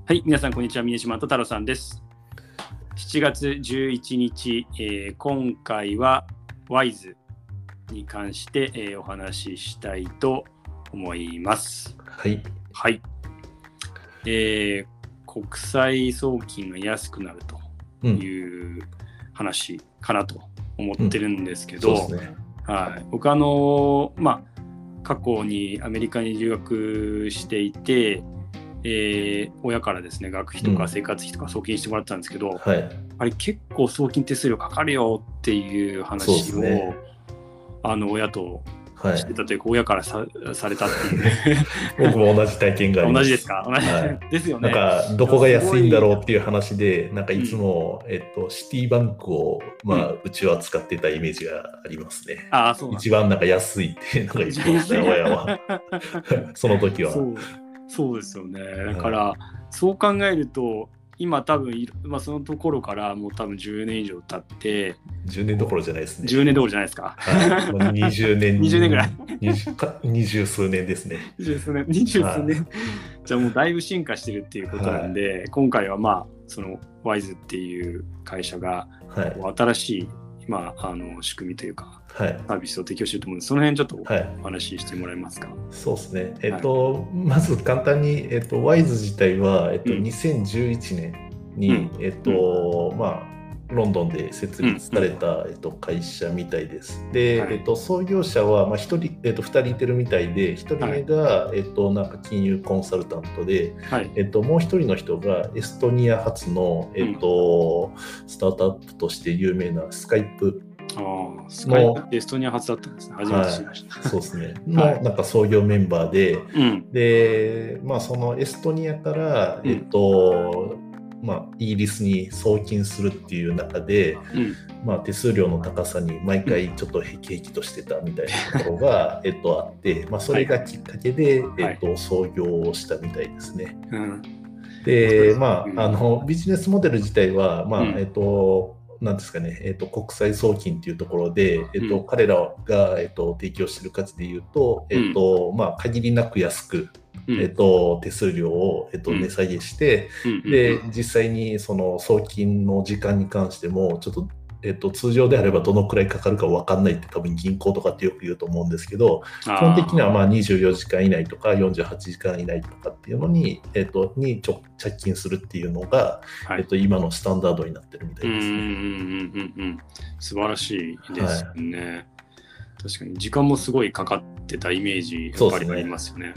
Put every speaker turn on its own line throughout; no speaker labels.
はい、皆さんこんにちは。峰島と太郎さんです。7月11日、今回は WISE に関して、お話ししたいと思います。
はい。
はい。国際送金が安くなるという話かなと思ってるんですけど、
そうですね。
はい。僕過去にアメリカに留学していて、親からですね、学費とか生活費とか送金してもらったんですけど、
はい、
あれ結構送金手数料かかるよっていう話を、
ね、
親としてたというか、親からされたっていう
僕も同じ体験があります。
同じですか？同じ、はい、ですよね。
なんかどこが安いんだろうっていう話で、なんかいつも、シティバンクを、うちは使ってたイメージがありますね。
そうなんです。
一番なんか安いってなんか言ってましたね、親は。その時は。
そうですよね。だから、そう考えると、今多分、そのところからもう多分10年以上経って、
10年どころじゃないですね。
10年どころじゃないですか。
はい、20年。
20年ぐらい。
20数年ですね。
20数年。じゃあもうだいぶ進化してるっていうことなんで、今回はその WISE っていう会社が、新しい、仕組みというか、サービスを提供してると思うので、その辺ちょっとお話ししてもらえますか？
そうですね。まず簡単に、WISE 自体は、2011年に、ロンドンで設立された、会社みたいです。で、創業者は、2人いてるみたいで、1人目が、なんか金融コンサルタントで、もう1人の人がエストニア発の、スタートアップとして有名なスカイプ。
スカイプってエストニア発だったんですね。初めて知りました。
そうですね。なんか創業メンバーで、で、そのエストニアから、イギリスに送金するっていう中で、手数料の高さに毎回ちょっとへきへきとしてたみたいなところが、あって、それがきっかけで、創業をしたみたいですね。で、ビジネスモデル自体は、なんですかね、国際送金というところで、彼らが、提供している価値でいうと、限りなく安く、手数料を、値下げして、で実際にその送金の時間に関してもちょっと、通常であればどのくらいかかるか分かんないって多分銀行とかってよく言うと思うんですけど、基本的には24時間以内とか48時間以内とかっていうのに、着金するっていうのが、今のスタンダードになってるみたいですね。
素晴らしいですね。確かに時間もすごいかかってたイメージやっぱりありますよね。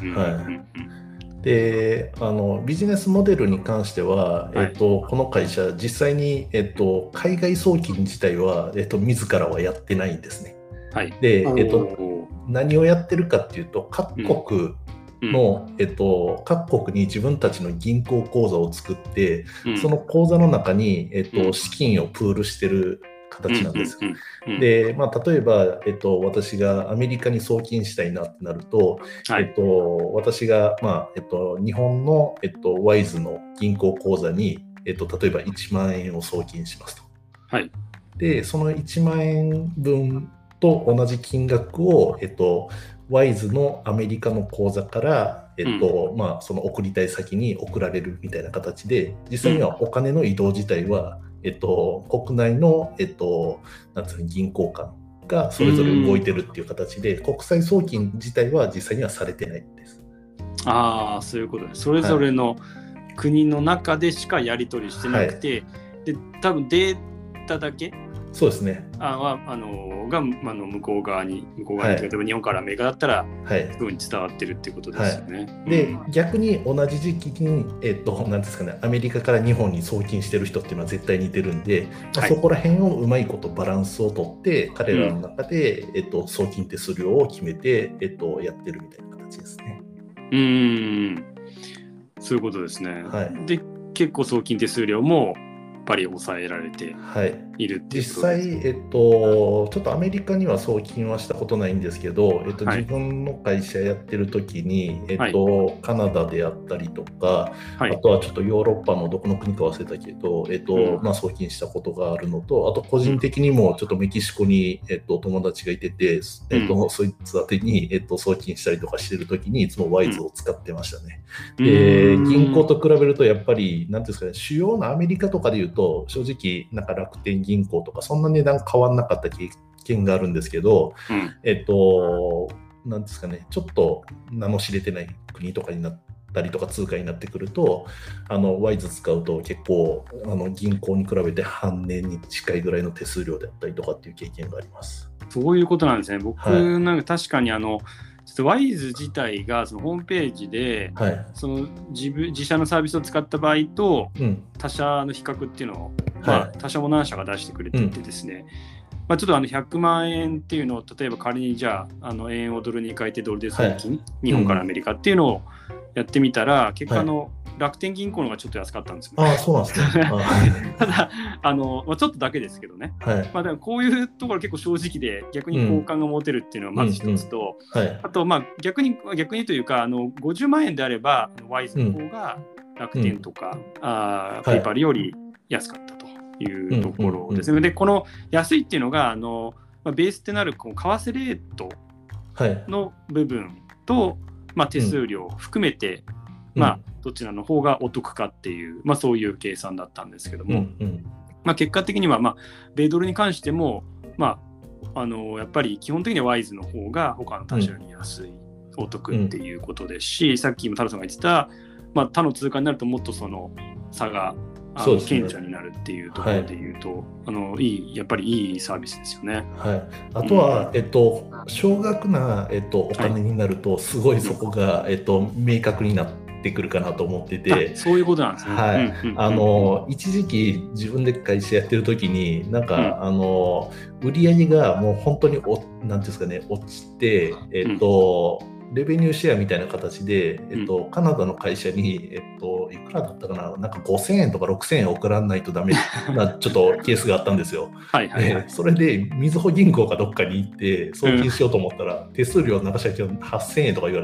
で、ビジネスモデルに関しては、この会社実際に、海外送金自体は、自らはやってないんですね。で、何をやってるかっていうと、各国の、各国に自分たちの銀行口座を作って、その口座の中に、資金をプールしてる形なんですよ。で、例えば、私がアメリカに送金したいなってなると、私が、日本の、WISE の銀行口座に、例えば1万円を送金しますと。で、その1万円分と同じ金額を、WISE のアメリカの口座から、その送りたい先に送られるみたいな形で、実際にはお金の移動自体は、国内の、なんていうの、銀行間がそれぞれ動いてるっていう形で、国際送金自体は実際にはされてないんです。
そういうことです。それぞれの国の中でしかやり取りしてなくて、で多分データだけ
そうですね。
が向こう側に例えば日本からアメリカだったらすぐに伝わってるっていうことですよね。
で、逆に同じ時期に、なんですかね、アメリカから日本に送金してる人っていうのは絶対似てるんで、そこら辺をうまいことバランスをとって彼らの中で、送金手数料を決めて、やってるみたいな形ですね。
そういうことですね。で、結構送金手数料もぱり抑えられているっていう、
実際、ちょっとアメリカには送金はしたことないんですけど、自分の会社やってる時に、カナダであったりとか、あとはちょっとヨーロッパのどこの国か忘れたけど、送金したことがあるのと、あと個人的にもちょっとメキシコに、友達がいてて、そいつ宛てに、送金したりとかしてる時にいつもワイズを使ってましたね。で、銀行と比べるとやっぱりなんていうんですかね、主要なアメリカとかでいうと正直なんか楽天銀行とかそんな値段変わんなかった経験があるんですけど、なんですかね、ちょっと名の知れてない国とかになったりとか通貨になってくるとワイズ使うと結構銀行に比べて半値に近いぐらいの手数料であったりとかっていう経験があります。
そういうことなんですね。僕、なんか確かにワイズ自体がそのホームページで、その自社のサービスを使った場合と他社の比較っていうのを、他社も何社が出してくれていてですね、ちょっと100万円っていうのを例えば仮にじゃあ円をドルに変えてドルで送金、日本からアメリカっていうのをやってみたら、結果楽天銀行の方がちょっと安かったんですよ、ね。
そうなんですね。
ただちょっとだけですけどね。だからこういうところ結構正直で逆に好感が持てるっていうのはまず一つと、あと逆にというか50万円であればワイズの方が楽天とか、ペイパルより安かったというところですね。でこの安いっていうのがベースってなるこの為替レートの部分と、手数料を含めて、どちらの方がお得かっていう、そういう計算だったんですけども、結果的には、米ドルに関しても、やっぱり基本的にはワイズの方が他の他社より安い、お得っていうことですし、さっきも太郎さんが言ってた、他の通貨になるともっとその差が顕著になるっていうところでいうと、やっぱりいいサービスですよね。
あとは、少額な、お金になるとすごいそこが、明確になってくるかなと思ってて、
そういうことなんですね。
一時期自分で会社やってる時になんか、売り上げがもう本当になんていうんですかね、落ちて、レベニューシェアみたいな形で、カナダの会社に、いくらだったかな、なんか5000円とか6000円送らないとダメなちょっとケースがあったんですよ。それでみずほ銀行かどっかに行って送金しようと思ったら、手数料流したけど8000円とか言われ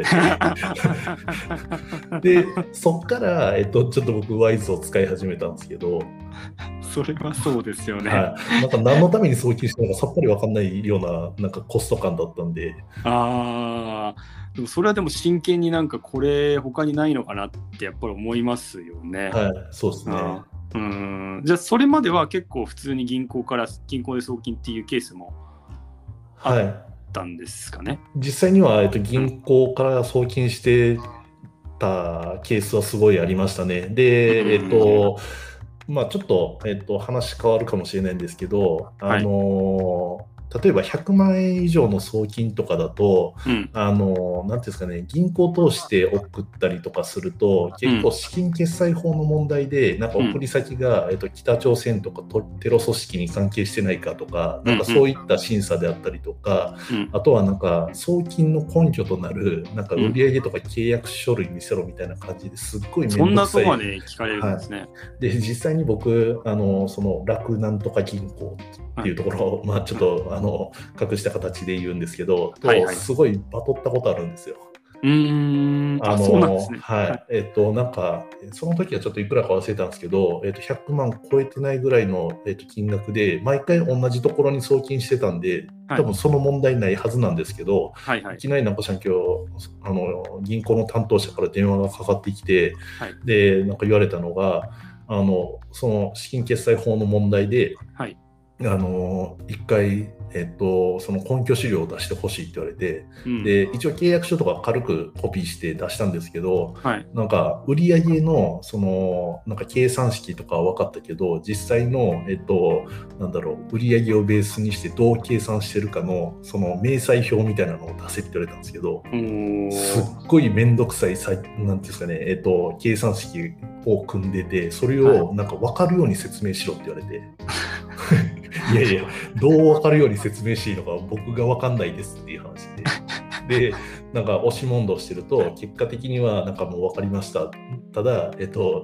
てでそっから、ちょっと僕ワイズを使い始めたんですけど、
それはそうですよね。
なんか何のために送金したのかさっぱり分かんないような、なんかコスト感だったんで。
でもそれはでも真剣になんかこれ他にないのかなってやっぱり思いますよね。
そうですね。
じゃあそれまでは結構普通に銀行で送金っていうケースもあったんですかね。
実際には、銀行から送金してたケースはすごいありましたね。で、ちょっと、話変わるかもしれないんですけど、例えば100万円以上の送金とかだと、なんていうんですかね、銀行を通して送ったりとかすると、結構資金決済法の問題で、なんか送り先が、北朝鮮とかテロ組織に関係してないかとか、なんかそういった審査であったりとか、あとはなんか送金の根拠となる、なんか売上とか契約書類見せろみたいな感じですっごい面倒くさい。
そんなとこまで聞かれるんですね。
で、実際に僕、その楽なんとか銀行っていうところを、ちょっと隠した形で言うんですけど、すごいバトったことあるんですよ。
そうなんですね。
なんかその時はちょっといくらか忘れたんですけど、100万超えてないぐらいの、金額で毎回同じところに送金してたんで、多分その問題ないはずなんですけど、いきなりなんか今日銀行の担当者から電話がかかってきて、でなんか言われたのが、その資金決済法の問題で、一回、その根拠資料を出してほしいって言われて、で一応契約書とか軽くコピーして出したんですけど、なんか売上のそのなんか計算式とかは分かったけど、実際のなんだろう、売上をベースにしてどう計算してるかのその明細表みたいなのを出せって言われたんですけど、すっごい面倒くさいなんていうんですかね、計算式を組んでて、それをなんか分かるように説明しろって言われて。いやいや、どう分かるように説明していいのか僕が分かんないですっていう話で、なんか押し問答してると結果的にはなんかもう分かりました、ただ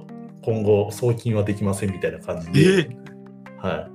今後送金はできませんみたいな感じで、はい、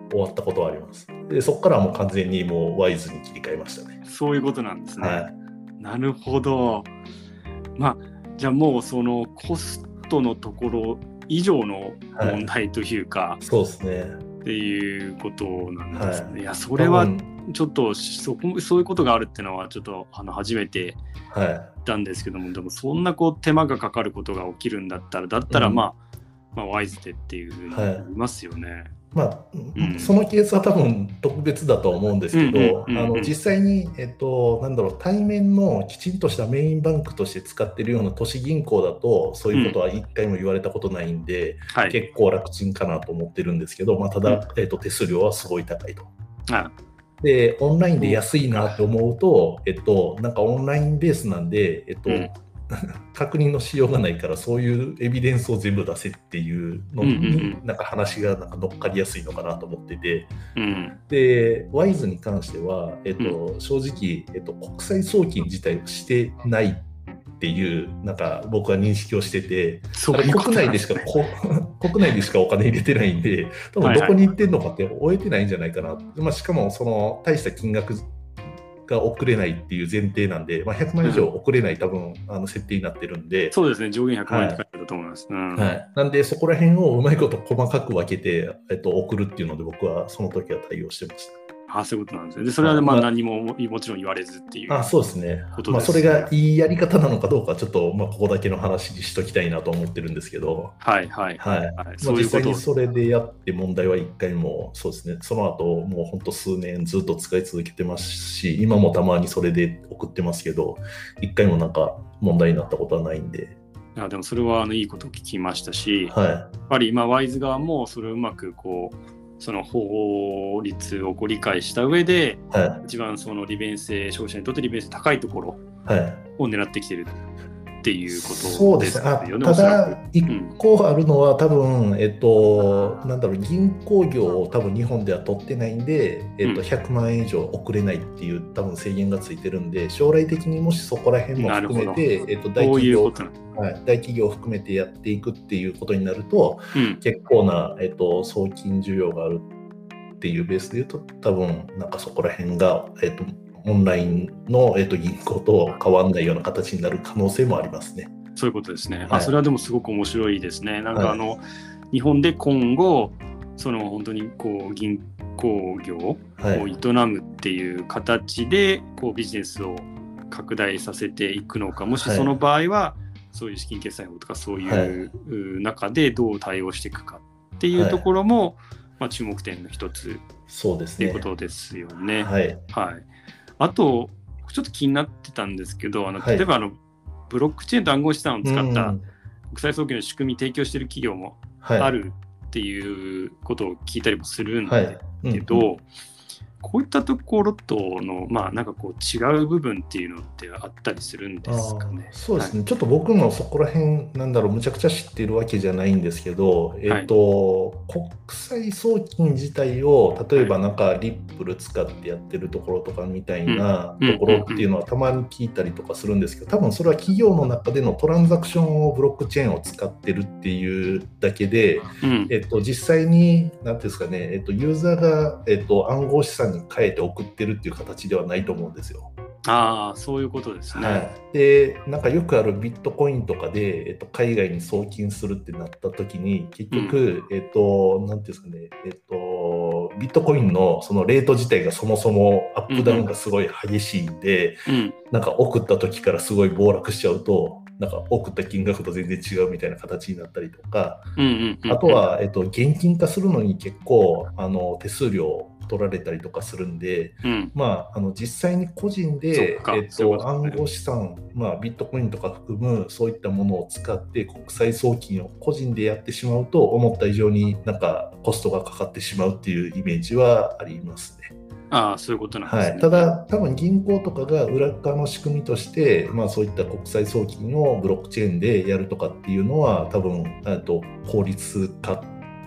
終わったことはあります。でそこからはもう完全にもうワイズに切り替えましたね。
そういうことなんですね。
はい、
なるほど。じゃあもうそのコストのところ以上の問題というか、
はい、そうですね。
っていうことなんですね。はい、いやそれはちょっとそういうことがあるっていうのはちょっと初めて知ったんですけども、でもそんな手間がかかることが起きるんだったら、ワイズでっていうふうになりますよね。
そのケースは多分特別だと思うんですけど、実際に、対面のきちんとしたメインバンクとして使っているような都市銀行だとそういうことは一回も言われたことないんで、結構楽ちんかなと思ってるんですけど、ただ、手数料はすごい高いと。でオンラインで安いなと思うと、なんかオンラインベースなんで、確認のしようがないからそういうエビデンスを全部出せっていうのになんか話がなんか乗っかりやすいのかなと思ってて、でワイズに関しては、正直、国際送金自体をしてないっていうなんか僕は認識をしてて、国内でしかお金入れてないんで、多分どこに行ってんのかって終えてないんじゃないかな。しかもその大した金額が送れないっていう前提なんで、100万以上送れない多分設定になってるんで、
そうですね、上限100万って書いてあると思います。
なんでそこら辺をうまいこと細かく分けて、送るっていうので僕はその時は対応してました。
そういうことなんですね。でそれは何ももちろん言われずっていう。
そうですね。それがいいやり方なのかどうかちょっとここだけの話にしときたいなと思ってるんですけど。実際にそれでやって問題は一回もそうですね。その後もう本当数年ずっと使い続けてますし、今もたまにそれで送ってますけど、一回もなんか問題になったことはないんで。
でもそれはいいことを聞きましたし、やっぱり今ワイズ側もそれをうまくその法律を理解した上で、一番その利便性、消費者にとって利便性高いところを狙ってきてるっていうことですよね。
そうですね。ただ一個あるのは多分、銀行業を多分日本では取ってないんで、100万円以上送れないっていう多分制限がついてるんで、将来的にもしそこら辺も含めて、大企業を含めてやっていくっていうことになると、結構な、送金需要があるっていうベースでいうと、多分なんかそこら辺が、オンラインの、銀行と変わらないような形になる可能性もありますね。
そういうことですね。それはでもすごく面白いですね。なんか日本で今後その本当に銀行業を営むっていう形でビジネスを拡大させていくのか、もしその場合はそういう資金決済法とかそういう中でどう対応していくかっていうところも、注目点の一つっていうことですよね。あとちょっと気になってたんですけど、例えばブロックチェーンと暗号資産を使った国際送金の仕組み提供している企業もあるっていうことを聞いたりもするんだけど、こういったところとのなんか違う部分っていうのってあったりするんですかね。
そうですね、ちょっと僕もそこら辺むちゃくちゃ知っているわけじゃないんですけど、国際送金自体を例えばなんかリップル使ってやってるところとかみたいなところっていうのはたまに聞いたりとかするんですけど、多分それは企業の中でのトランザクションをブロックチェーンを使ってるっていうだけで、実際に何ていうんですかね、ユーザーが、暗号資産に変えて送ってるっていう形ではないと思うんですよ。
そういうことですね。
でなんかよくあるビットコインとかで、海外に送金するってなった時に結局、なんていうんですかね、ビットコインのそのレート自体がそもそもアップダウンがすごい激しいんで、なんか送った時からすごい暴落しちゃうと、なんか送った金額と全然違うみたいな形になったりとか、あとは、現金化するのに結構手数料取られたりとかするんで、実際に個人で、暗号資産、ビットコインとか含むそういったものを使って国際送金を個人でやってしまうと、思った以上になんかコストがかかってしまうっていうイメージはありますね。
そういうことなんですね。
ただ多分銀行とかが裏側の仕組みとして、そういった国際送金をブロックチェーンでやるとかっていうのは多分効率化っ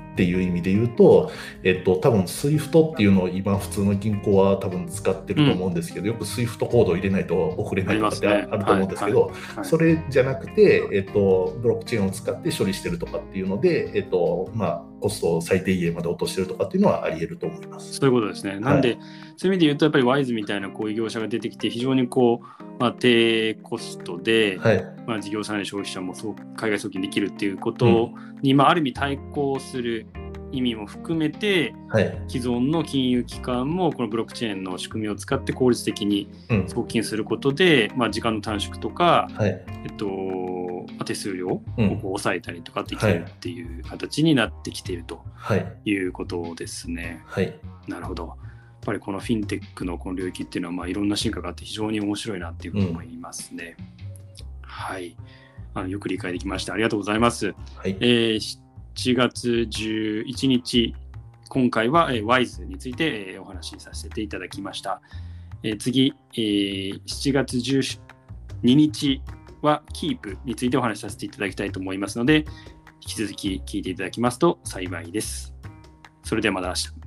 っていう意味で言うと、多分 SWIFT っていうのを今普通の銀行は多分使ってると思うんですけど、よく SWIFT コードを入れないと送れないとかってあると思うんですけど、それじゃなくて、ブロックチェーンを使って処理してるとかっていうので、コストを最低限まで落としてるとかっていうのはあり得ると思います。
そういうことですね。なんで、そういう意味で言うとやっぱり WISE みたいなこういう業者が出てきて非常に低コストで、事業者や消費者も海外送金できるっていうことに、ある意味対抗する意味も含めて、既存の金融機関もこのブロックチェーンの仕組みを使って効率的に送金することで、時間の短縮とか、手数料を抑えたりとかできるっていう形になってきているということですね。なるほど。やっぱりこのフィンテックのこの領域っていうのはいろんな進化があって非常に面白いなっていうふうに思いますね。よく理解できました。ありがとうございます。7月11日、今回は WISE についてお話しさせていただきました。次、7月12日は Keep についてお話しさせていただきたいと思いますので、引き続き聞いていただきますと幸いです。それではまた明日。